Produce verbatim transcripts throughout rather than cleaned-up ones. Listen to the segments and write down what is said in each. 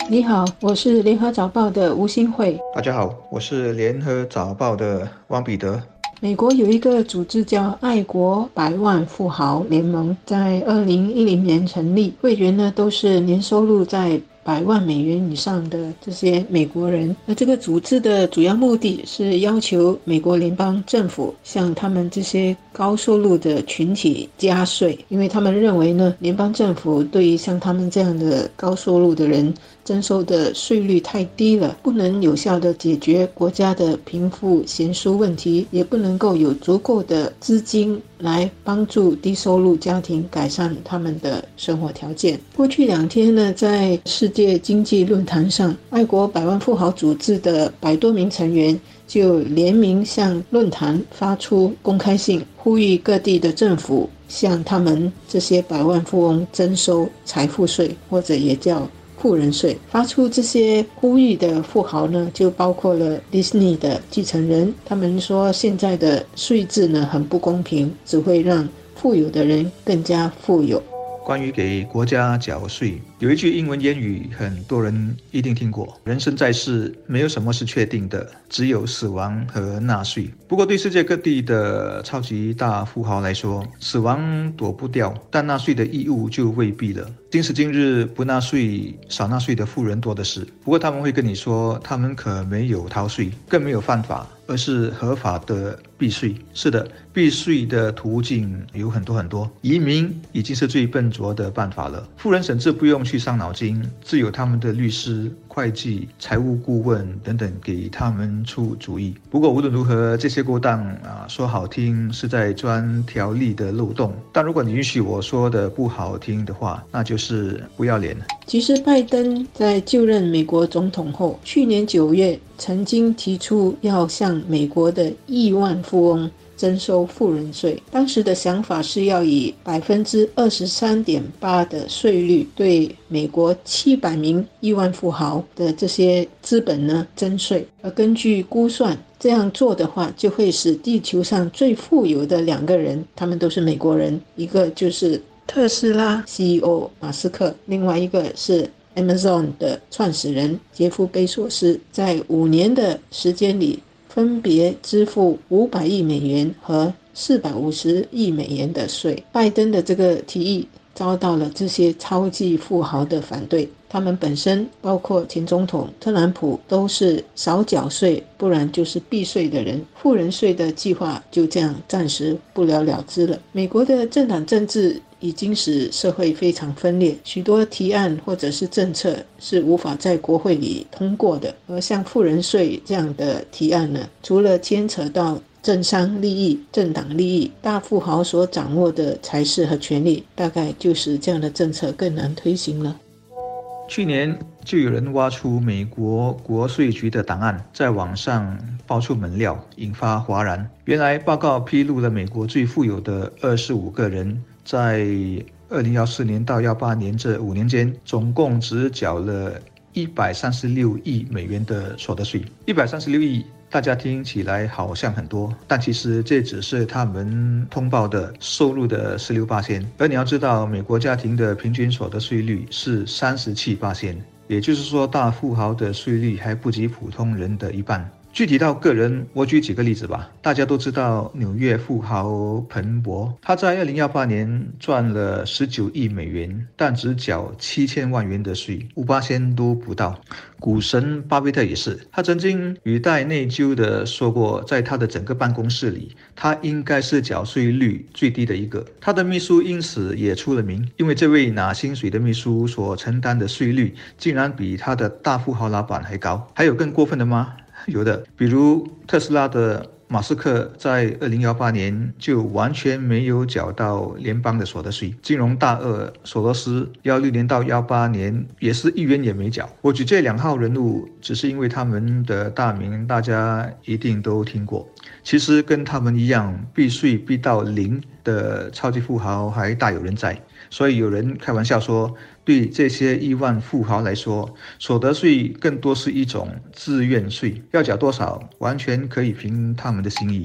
你好，我是联合早报的吴新慧。 大家好，我是联合早报的汪彼得。 美国有一个组织叫爱国百万富豪联盟，在二零一零年成立，会员呢都是年收入在百万美元以上的这些美国人。那这个组织的主要目的是要求美国联邦政府向他们这些高收入的群体加税，因为他们认为呢，联邦政府对于像他们这样的高收入的人征收的税率太低了，不能有效地解决国家的贫富悬殊问题，也不能够有足够的资金来帮助低收入家庭改善他们的生活条件。过去两天呢，在世界经济论坛上，爱国百万富豪组织的百多名成员就联名向论坛发出公开信，呼吁各地的政府向他们这些百万富翁征收财富税，或者也叫富人税。发出这些呼吁的富豪呢，就包括了迪士尼的继承人。他们说现在的税制呢很不公平，只会让富有的人更加富有。 关于给国家缴税，有一句英文谚语很多人一定听过，人生在世没有什么是确定的，只有死亡和纳税。不过对世界各地的超级大富豪来说，死亡躲不掉，但纳税的义务就未必了。今时今日不纳税少纳税的富人多的是，不过他们会跟你说，他们可没有逃税，更没有犯法，而是合法的避税。是的，避税的途径有很多很多，移民已经是最笨拙的办法了。富人甚至不用去伤脑筋，自有他们的律师、会计、财务顾问等等给他们出主意。不过无论如何，这些勾当啊，说好听是在钻条例的漏洞，但如果你允许我说的不好听的话，那就是不要脸。 其实拜登在就任美国总统后，去年九月曾经提出要向美国的亿万富翁征收富人税，当时的想法是要以百分之二十三点八的税率对美国七百名亿万富豪的这些资本呢征税。而根据估算，这样做的话，就会使地球上最富有的两个人，他们都是美国人，一个就是特斯拉 C E O 马斯克，另外一个是 Amazon 的创始人杰夫贝索斯，在五年的时间里分别支付五百亿美元和四百五十亿美元的税。拜登的这个提议遭到了这些超级富豪的反对，他们本身包括前总统特朗普都是少缴税不然就是避税的人，富人税的计划就这样暂时不了了之了。美国的政党政治已经使社会非常分裂，许多提案或者是政策是无法在国会里通过的。而像富人税这样的提案呢，除了牵扯到政商利益、政党利益，大富豪所掌握的财势和权力，大概就使这样的政策更难推行了。 去年就有人挖出美国国税局的档案，在网上爆出门料，引发哗然。原来报告披露了美国最富有的二十五个人，在二零一四年到一八年这五年间，总共只缴了一百三十六亿美元的所得税。一百三十六亿大家听起来好像很多，但其实这只是他们通报的收入的 百分之十六。 而你要知道，美国家庭的平均所得税率是 百分之三十七， 也就是说大富豪的税率还不及普通人的一半。具体到个人，我举几个例子吧。大家都知道纽约富豪彭博，他在二零一八年赚了十九亿美元，但只缴七千万元的税， 百分之五 都不到。股神巴菲特也是，他曾经语带内疚地说过，在他的整个办公室里，他应该是缴税率最低的一个。他的秘书因此也出了名，因为这位拿薪水的秘书所承担的税率竟然比他的大富豪老板还高。还有更过分的吗？有的，比如特斯拉的马斯克在二零一八年就完全没有缴到联邦的所得税。金融大鳄索罗斯一六年到一八年也是一元也没缴。我举这两号人物只是因为他们的大名大家一定都听过，其实跟他们一样避税避到零的超级富豪还大有人在。所以有人开玩笑说，对这些亿万富豪来说，所得税更多是一种自愿税，要缴多少完全可以凭他们的心意。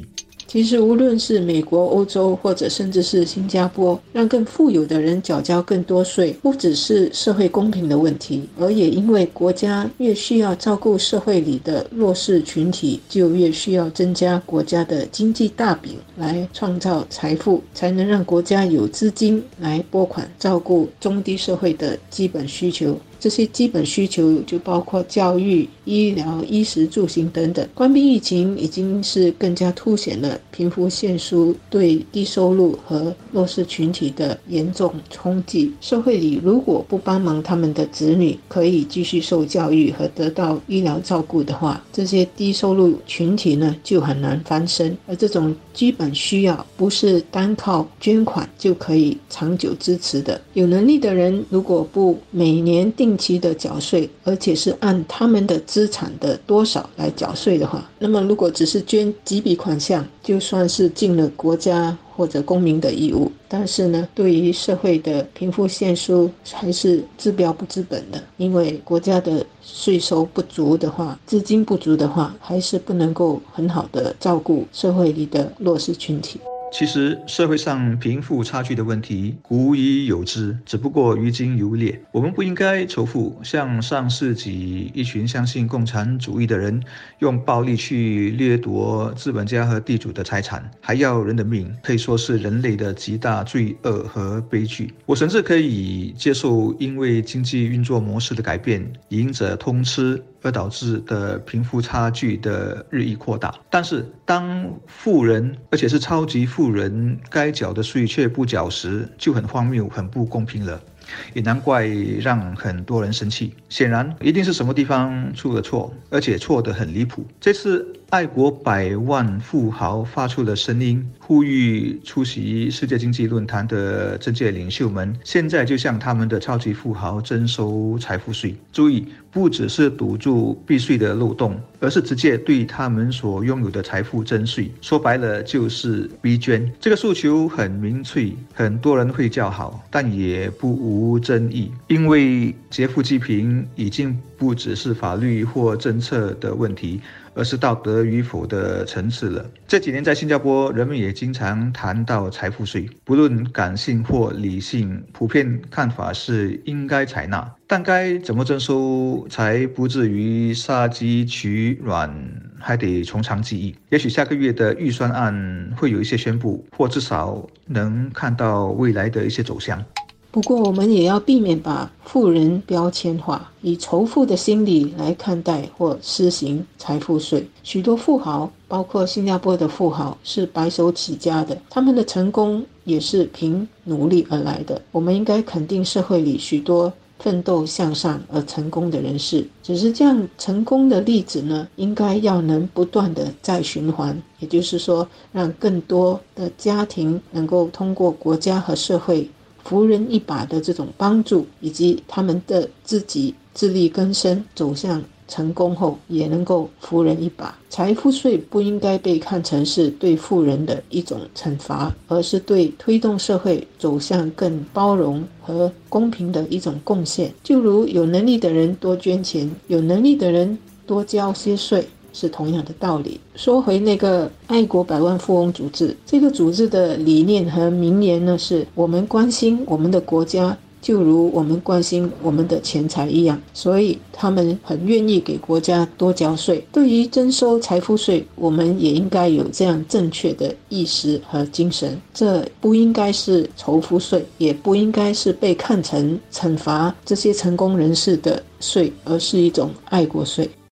其实无论是美国、欧洲或者甚至是新加坡，让更富有的人缴交更多税，不只是社会公平的问题，而也因为国家越需要照顾社会里的弱势群体，就越需要增加国家的经济大饼来创造财富，才能让国家有资金来拨款照顾中低社会的基本需求。这些基本需求就包括教育、医疗、衣食住行等等。关闭疫情已经是更加凸显了贫富悬殊对低收入和弱势群体的严重冲击。社会里如果不帮忙他们的子女可以继续受教育和得到医疗照顾的话，这些低收入群体呢就很难翻身。而这种基本需要不是单靠捐款就可以长久支持的。有能力的人如果不每年定定期的缴税，而且是按他们的资产的多少来缴税的话，那么如果只是捐几笔款项，就算是尽了国家或者公民的义务，但是呢，对于社会的贫富悬殊还是治标不治本的，因为国家的税收不足的话，资金不足的话，还是不能够很好的照顾社会里的弱势群体。 其实社会上贫富差距的问题古已有之，只不过于今犹烈。我们不应该仇富，像上世纪一群相信共产主义的人用暴力去掠夺资本家和地主的财产，还要人的命，可以说是人类的极大罪恶和悲剧。我甚至可以接受因为经济运作模式的改变，赢者通吃而导致的贫富差距的日益扩大。但是当富人，而且是超级富人该缴的税却不缴时，就很荒谬，很不公平了，也难怪让很多人生气。显然一定是什么地方出了错，而且错得很离谱。这次爱国百万富豪发出了声音，呼吁出席世界经济论坛的政界领袖们现在就向他们的超级富豪征收财富税。注意，不只是堵住避税的漏洞，而是直接对他们所拥有的财富征税。说白了就是逼捐。这个诉求很民粹，很多人会叫好，但也不无争议，因为劫富济贫已经不只是法律或政策的问题，而是道德与否的层次了。这几年在新加坡，人们也经常谈到财富税，不论感性或理性，普遍看法是应该采纳，但该怎么征收才不至于杀鸡取卵，还得从长计议。也许下个月的预算案会有一些宣布，或至少能看到未来的一些走向。 不过我们也要避免把富人标签化，以仇富的心理来看待或施行财富税。许多富豪，包括新加坡的富豪，是白手起家的，他们的成功也是凭努力而来的。我们应该肯定社会里许多奋斗向上而成功的人士，只是这样成功的例子呢，应该要能不断的再循环，也就是说，让更多的家庭能够通过国家和社会扶人一把的这种帮助，以及他们的自己自力更生走向成功后也能够扶人一把。财富税不应该被看成是对富人的一种惩罚，而是对推动社会走向更包容和公平的一种贡献。就如有能力的人多捐钱，有能力的人多交些税，是同样的道理。说回那个爱国百万富翁组织，这个组织的理念和名言呢，是我们关心我们的国家，就如我们关心我们的钱财一样，所以他们很愿意给国家多交税。对于征收财富税，我们也应该有这样正确的意识和精神。这不应该是仇富税，也不应该是被看成惩罚这些成功人士的税，而是一种爱国税。